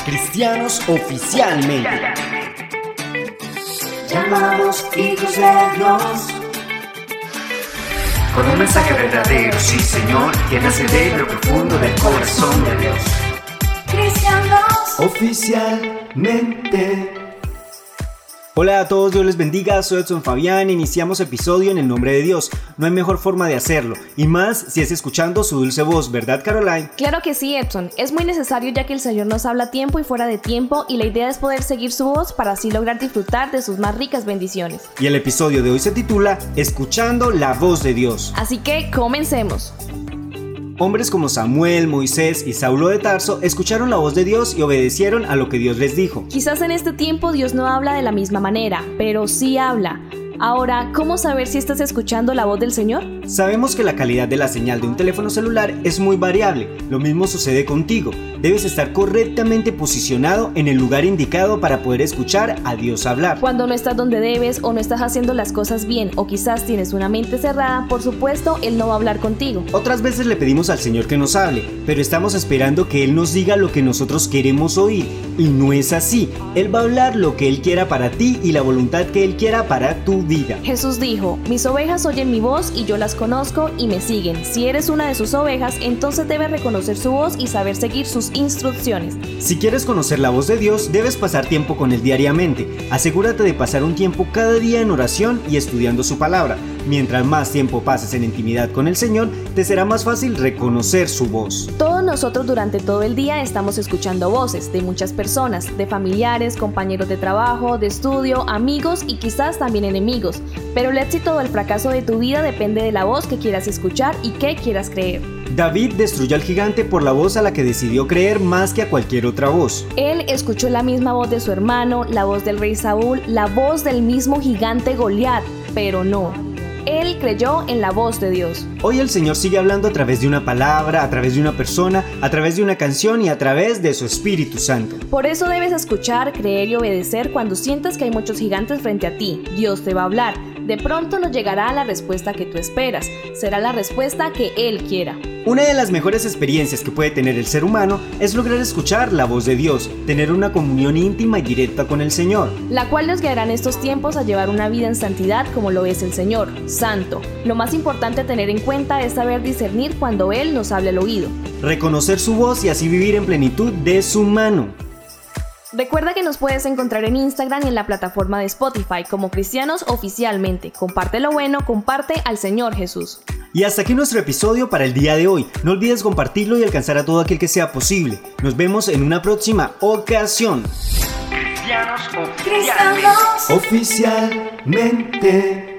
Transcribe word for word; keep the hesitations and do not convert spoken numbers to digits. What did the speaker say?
Cristianos oficialmente. Llamados hijos de Dios. Con un mensaje verdadero, sí Señor, que nace de lo profundo del corazón de Dios. Cristianos oficialmente. Hola a todos, Dios les bendiga, soy Edson Fabián, iniciamos episodio en el nombre de Dios. No hay mejor forma de hacerlo, y más si es escuchando su dulce voz, ¿verdad, Caroline? Claro que sí, Edson, es muy necesario ya que el Señor nos habla a tiempo y fuera de tiempo, y la idea es poder seguir su voz para así lograr disfrutar de sus más ricas bendiciones. Y el episodio de hoy se titula Escuchando la voz de Dios. Así que comencemos. Hombres como Samuel, Moisés y Saulo de Tarso escucharon la voz de Dios y obedecieron a lo que Dios les dijo. Quizás en este tiempo Dios no habla de la misma manera, pero sí habla. Ahora, ¿cómo saber si estás escuchando la voz del Señor? Sabemos que la calidad de la señal de un teléfono celular es muy variable. Lo mismo sucede contigo. Debes estar correctamente posicionado en el lugar indicado para poder escuchar a Dios hablar. Cuando no estás donde debes o no estás haciendo las cosas bien o quizás tienes una mente cerrada, por supuesto, Él no va a hablar contigo. Otras veces le pedimos al Señor que nos hable, pero estamos esperando que Él nos diga lo que nosotros queremos oír. Y no es así. Él va a hablar lo que Él quiera para ti y la voluntad que Él quiera para tu vida. Jesús dijo, mis ovejas oyen mi voz y yo las conozco y me siguen. Si eres una de sus ovejas, entonces debes reconocer su voz y saber seguir sus instrucciones. Si quieres conocer la voz de Dios, debes pasar tiempo con Él diariamente. Asegúrate de pasar un tiempo cada día en oración y estudiando su palabra. Mientras más tiempo pases en intimidad con el Señor, te será más fácil reconocer su voz. Todos nosotros durante todo el día estamos escuchando voces de muchas personas, de familiares, compañeros de trabajo, de estudio, amigos y quizás también enemigos. Pero el éxito o el fracaso de tu vida depende de la voz que quieras escuchar y que quieras creer. David destruyó al gigante por la voz a la que decidió creer más que a cualquier otra voz. Él escuchó la misma voz de su hermano, la voz del rey Saúl, la voz del mismo gigante Goliat, pero no. Él creyó en la voz de Dios. Hoy el Señor sigue hablando a través de una palabra, a través de una persona, a través de una canción y a través de su Espíritu Santo. Por eso debes escuchar, creer y obedecer cuando sientas que hay muchos gigantes frente a ti. Dios te va a hablar. De pronto no llegará la respuesta que tú esperas. Será la respuesta que Él quiera. Una de las mejores experiencias que puede tener el ser humano es lograr escuchar la voz de Dios, tener una comunión íntima y directa con el Señor, la cual nos guiará en estos tiempos a llevar una vida en santidad como lo es el Señor, santo. Lo más importante a tener en cuenta es saber discernir cuando Él nos habla al oído, reconocer su voz y así vivir en plenitud de su mano. Recuerda que nos puedes encontrar en Instagram y en la plataforma de Spotify como Cristianos Oficialmente. Comparte lo bueno, comparte al Señor Jesús. Y hasta aquí nuestro episodio para el día de hoy. No olvides compartirlo y alcanzar a todo aquel que sea posible. Nos vemos en una próxima ocasión. Cristianos Cristianos oficialmente.